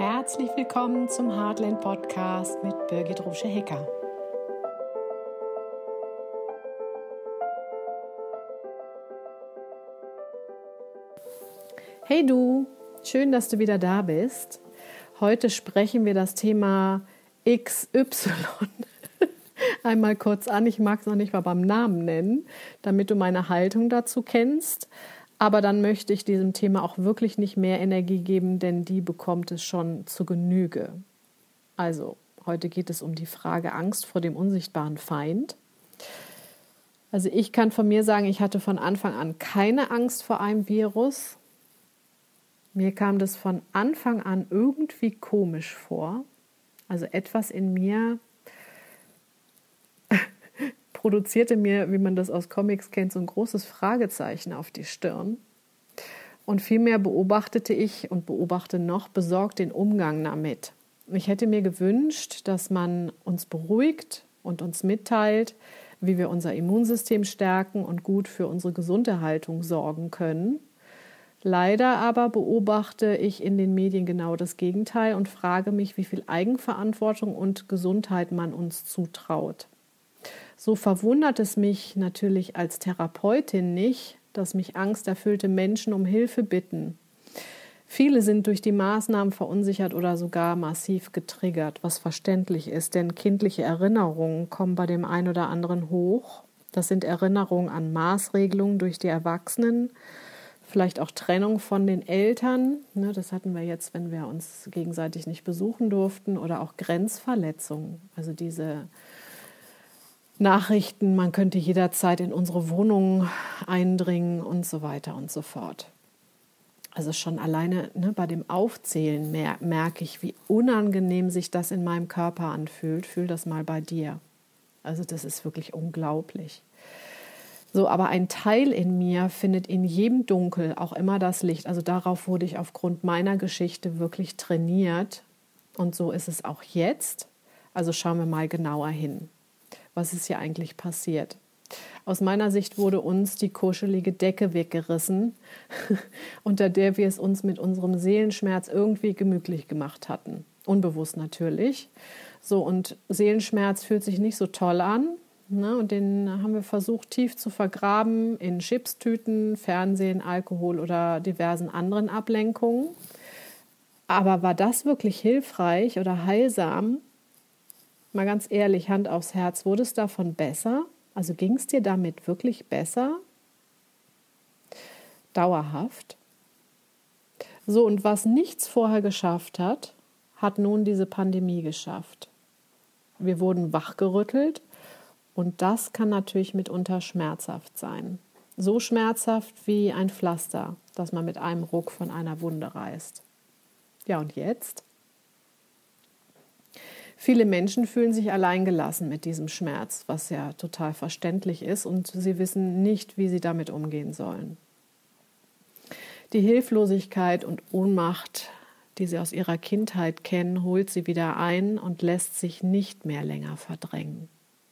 Herzlich willkommen zum Heartland Podcast mit Birgit Rusche-Hecker. Hey du, schön, dass du wieder da bist. Heute sprechen wir das Thema XY einmal kurz an. Ich mag es noch nicht mal beim Namen nennen, damit du meine Haltung dazu kennst. Aber dann möchte ich diesem Thema auch wirklich nicht mehr Energie geben, denn die bekommt es schon zu Genüge. Also, heute geht es um die Frage Angst vor dem unsichtbaren Feind. Also ich kann von mir sagen, ich hatte von Anfang an keine Angst vor einem Virus. Mir kam das von Anfang an irgendwie komisch vor. Also etwas in mir produzierte mir, wie man das aus Comics kennt, so ein großes Fragezeichen auf die Stirn. Und vielmehr beobachtete ich und beobachte noch besorgt den Umgang damit. Ich hätte mir gewünscht, dass man uns beruhigt und uns mitteilt, wie wir unser Immunsystem stärken und gut für unsere Gesunderhaltung sorgen können. Leider aber beobachte ich in den Medien genau das Gegenteil und frage mich, wie viel Eigenverantwortung und Gesundheit man uns zutraut. So verwundert es mich natürlich als Therapeutin nicht, dass mich angsterfüllte Menschen um Hilfe bitten. Viele sind durch die Maßnahmen verunsichert oder sogar massiv getriggert, was verständlich ist, denn kindliche Erinnerungen kommen bei dem einen oder anderen hoch. Das sind Erinnerungen an Maßregelungen durch die Erwachsenen, vielleicht auch Trennung von den Eltern. Das hatten wir jetzt, wenn wir uns gegenseitig nicht besuchen durften, oder auch Grenzverletzungen, also diese Nachrichten, man könnte jederzeit in unsere Wohnung eindringen und so weiter und so fort. Also schon alleine bei dem Aufzählen merke ich, wie unangenehm sich das in meinem Körper anfühlt. Fühl das mal bei dir. Also das ist wirklich unglaublich. So, aber ein Teil in mir findet in jedem Dunkel auch immer das Licht. Also darauf wurde ich aufgrund meiner Geschichte wirklich trainiert. Und so ist es auch jetzt. Also schauen wir mal genauer hin. Was ist hier eigentlich passiert? Aus meiner Sicht wurde uns die kuschelige Decke weggerissen, unter der wir es uns mit unserem Seelenschmerz irgendwie gemütlich gemacht hatten. Unbewusst natürlich. So, und Seelenschmerz fühlt sich nicht so toll an. Und den haben wir versucht tief zu vergraben in Chipstüten, Fernsehen, Alkohol oder diversen anderen Ablenkungen. Aber war das wirklich hilfreich oder heilsam? Mal ganz ehrlich, Hand aufs Herz, wurde es davon besser? Also ging es dir damit wirklich besser? Dauerhaft? So, und was nichts vorher geschafft hat, hat nun diese Pandemie geschafft. Wir wurden wachgerüttelt und das kann natürlich mitunter schmerzhaft sein. So schmerzhaft wie ein Pflaster, das man mit einem Ruck von einer Wunde reißt. Ja, und jetzt? Viele Menschen fühlen sich alleingelassen mit diesem Schmerz, was ja total verständlich ist, und sie wissen nicht, wie sie damit umgehen sollen. Die Hilflosigkeit und Ohnmacht, die sie aus ihrer Kindheit kennen, holt sie wieder ein und lässt sich nicht mehr länger verdrängen.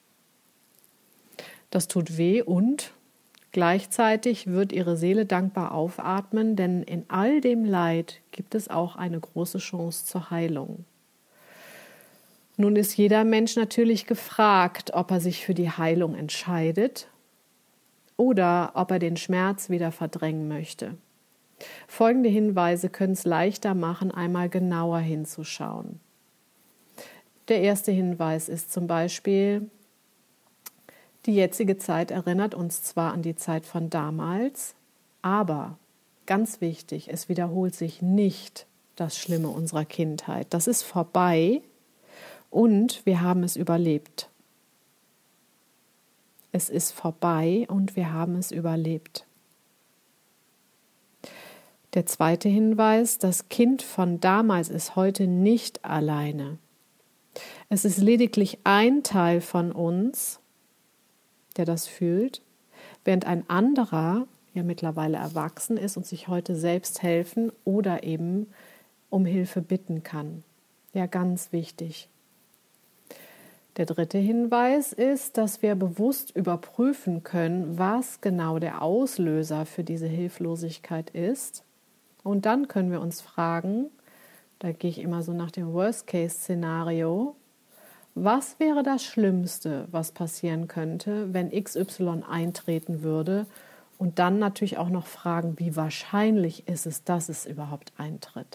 Das tut weh und gleichzeitig wird ihre Seele dankbar aufatmen, denn in all dem Leid gibt es auch eine große Chance zur Heilung. Nun ist jeder Mensch natürlich gefragt, ob er sich für die Heilung entscheidet oder ob er den Schmerz wieder verdrängen möchte. Folgende Hinweise können es leichter machen, einmal genauer hinzuschauen. Der erste Hinweis ist zum Beispiel, die jetzige Zeit erinnert uns zwar an die Zeit von damals, aber ganz wichtig, es wiederholt sich nicht das Schlimme unserer Kindheit. Das ist vorbei. Und wir haben es überlebt. Es ist vorbei und wir haben es überlebt. Der zweite Hinweis, das Kind von damals ist heute nicht alleine. Es ist lediglich ein Teil von uns, der das fühlt, während ein anderer ja mittlerweile erwachsen ist und sich heute selbst helfen oder eben um Hilfe bitten kann. Ja, ganz wichtig. Der dritte Hinweis ist, dass wir bewusst überprüfen können, was genau der Auslöser für diese Hilflosigkeit ist. Und dann können wir uns fragen, Da gehe ich immer so nach dem Worst-Case-Szenario. Was wäre das Schlimmste, was passieren könnte, wenn XY eintreten würde? Und dann natürlich auch noch fragen, wie wahrscheinlich ist es, dass es überhaupt eintritt.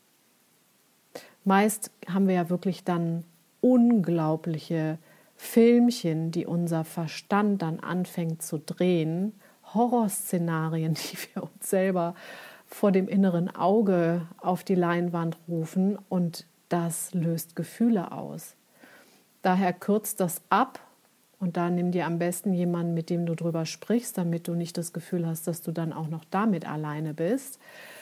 Meist haben wir ja wirklich dann unglaubliche Filmchen, die unser Verstand dann anfängt zu drehen, Horrorszenarien, die wir uns selber vor dem inneren Auge auf die Leinwand rufen, und das löst Gefühle aus. Daher kürzt das ab und da nimm dir am besten jemanden, mit dem du drüber sprichst, damit du nicht das Gefühl hast, dass du dann auch noch damit alleine bist.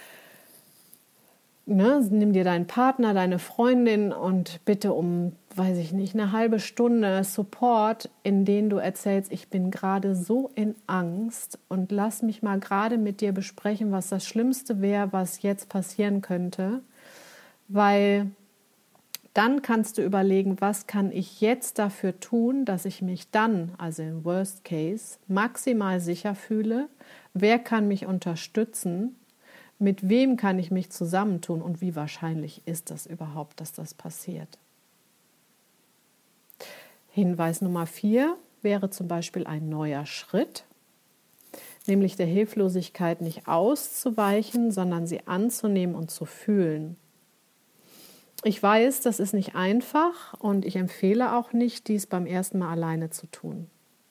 Ne, nimm dir deinen Partner, deine Freundin und bitte um, weiß ich nicht, eine halbe Stunde Support, in denen du erzählst, ich bin gerade so in Angst und lass mich mal gerade mit dir besprechen, was das Schlimmste wäre, was jetzt passieren könnte, weil dann kannst du überlegen, was kann ich jetzt dafür tun, dass ich mich dann, also im Worst Case, maximal sicher fühle, wer kann mich unterstützen, mit wem kann ich mich zusammentun und wie wahrscheinlich ist das überhaupt, dass das passiert. Hinweis Nummer 4 wäre zum Beispiel ein neuer Schritt, nämlich der Hilflosigkeit nicht auszuweichen, sondern sie anzunehmen und zu fühlen. Ich weiß, das ist nicht einfach und ich empfehle auch nicht, dies beim ersten Mal alleine zu tun.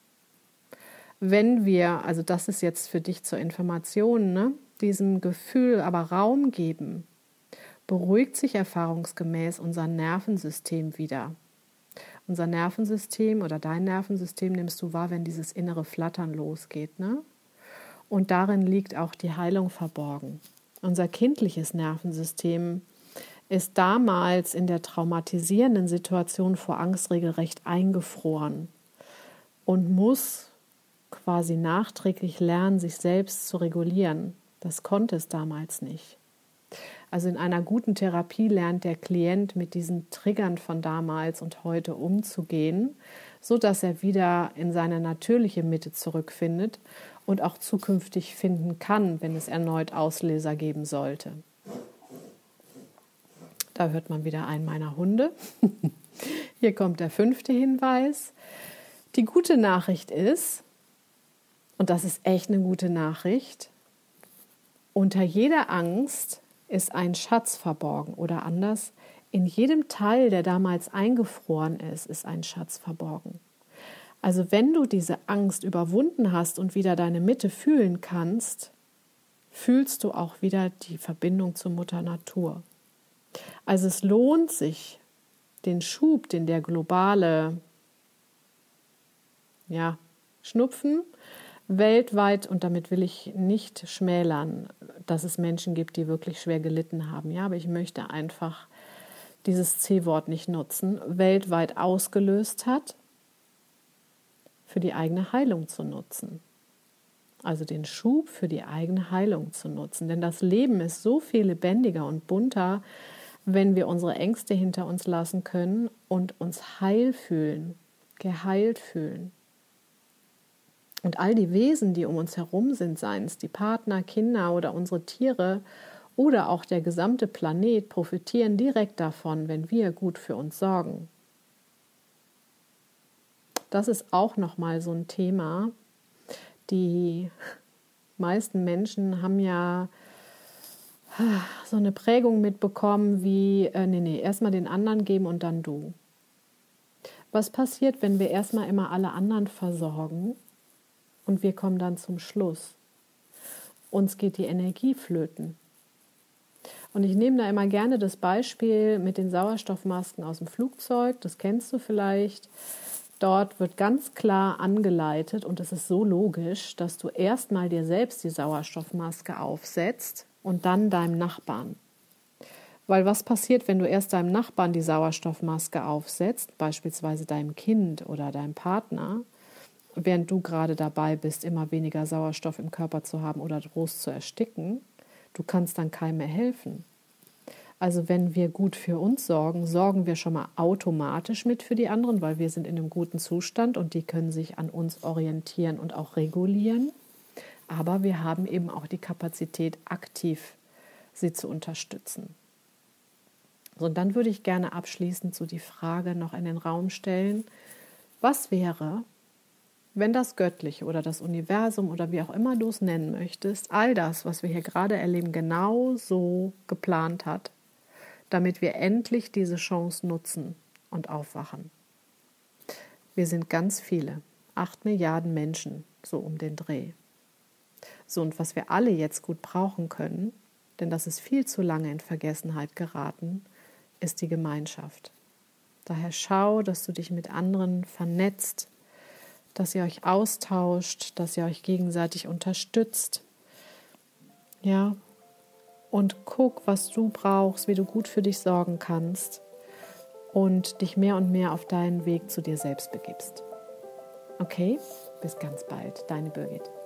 Wenn wir, also das ist jetzt für dich zur Information, ne, diesem Gefühl aber Raum geben, beruhigt sich erfahrungsgemäß unser Nervensystem wieder. Unser Nervensystem oder dein Nervensystem nimmst du wahr, wenn dieses innere Flattern losgeht, ne? Und darin liegt auch die Heilung verborgen. Unser kindliches Nervensystem ist damals in der traumatisierenden Situation vor Angst regelrecht eingefroren und muss quasi nachträglich lernen, sich selbst zu regulieren. Das konnte es damals nicht. Also in einer guten Therapie lernt der Klient mit diesen Triggern von damals und heute umzugehen, sodass er wieder in seine natürliche Mitte zurückfindet und auch zukünftig finden kann, wenn es erneut Auslöser geben sollte. Da hört man wieder einen meiner Hunde. Hier kommt der 5. Hinweis. Die gute Nachricht ist, und das ist echt eine gute Nachricht, unter jeder Angst ist ein Schatz verborgen oder anders, in jedem Teil, der damals eingefroren ist, ist ein Schatz verborgen. Also wenn du diese Angst überwunden hast und wieder deine Mitte fühlen kannst, fühlst du auch wieder die Verbindung zur Mutter Natur. Also es lohnt sich, den Schub, den der globale Schnupfen weltweit, und damit will ich nicht schmälern, dass es Menschen gibt, die wirklich schwer gelitten haben. Ja, aber ich möchte einfach dieses C-Wort nicht nutzen, weltweit ausgelöst hat, für die eigene Heilung zu nutzen. Also den Schub für die eigene Heilung zu nutzen. Denn das Leben ist so viel lebendiger und bunter, wenn wir unsere Ängste hinter uns lassen können und uns heil fühlen, geheilt fühlen. Und all die Wesen, die um uns herum sind, seien es die Partner, Kinder oder unsere Tiere oder auch der gesamte Planet, profitieren direkt davon, wenn wir gut für uns sorgen. Das ist auch nochmal so ein Thema. Die meisten Menschen haben ja so eine Prägung mitbekommen wie, erstmal den anderen geben und dann du. Was passiert, wenn wir erstmal immer alle anderen versorgen und wir kommen dann zum Schluss? Uns geht die Energie flöten. Und ich nehme da immer gerne das Beispiel mit den Sauerstoffmasken aus dem Flugzeug, das kennst du vielleicht. Dort wird ganz klar angeleitet, und es ist so logisch, dass du erstmal dir selbst die Sauerstoffmaske aufsetzt und dann deinem Nachbarn. Weil was passiert, wenn du erst deinem Nachbarn die Sauerstoffmaske aufsetzt, beispielsweise deinem Kind oder deinem Partner, während du gerade dabei bist, immer weniger Sauerstoff im Körper zu haben oder drohst zu ersticken? Du kannst dann keinem mehr helfen. Also wenn wir gut für uns sorgen, sorgen wir schon mal automatisch mit für die anderen, weil wir sind in einem guten Zustand und die können sich an uns orientieren und auch regulieren. Aber wir haben eben auch die Kapazität, aktiv sie zu unterstützen. So, und dann würde ich gerne abschließend so die Frage noch in den Raum stellen, was wäre, wenn das Göttliche oder das Universum oder wie auch immer du es nennen möchtest, all das, was wir hier gerade erleben, genau so geplant hat, damit wir endlich diese Chance nutzen und aufwachen. Wir sind ganz viele, 8 Milliarden Menschen, so um den Dreh. So, und was wir alle jetzt gut brauchen können, denn das ist viel zu lange in Vergessenheit geraten, ist die Gemeinschaft. Daher schau, dass du dich mit anderen vernetzt, dass ihr euch austauscht, dass ihr euch gegenseitig unterstützt. Ja, und guck, was du brauchst, wie du gut für dich sorgen kannst und dich mehr und mehr auf deinen Weg zu dir selbst begibst. Okay, bis ganz bald, deine Birgit.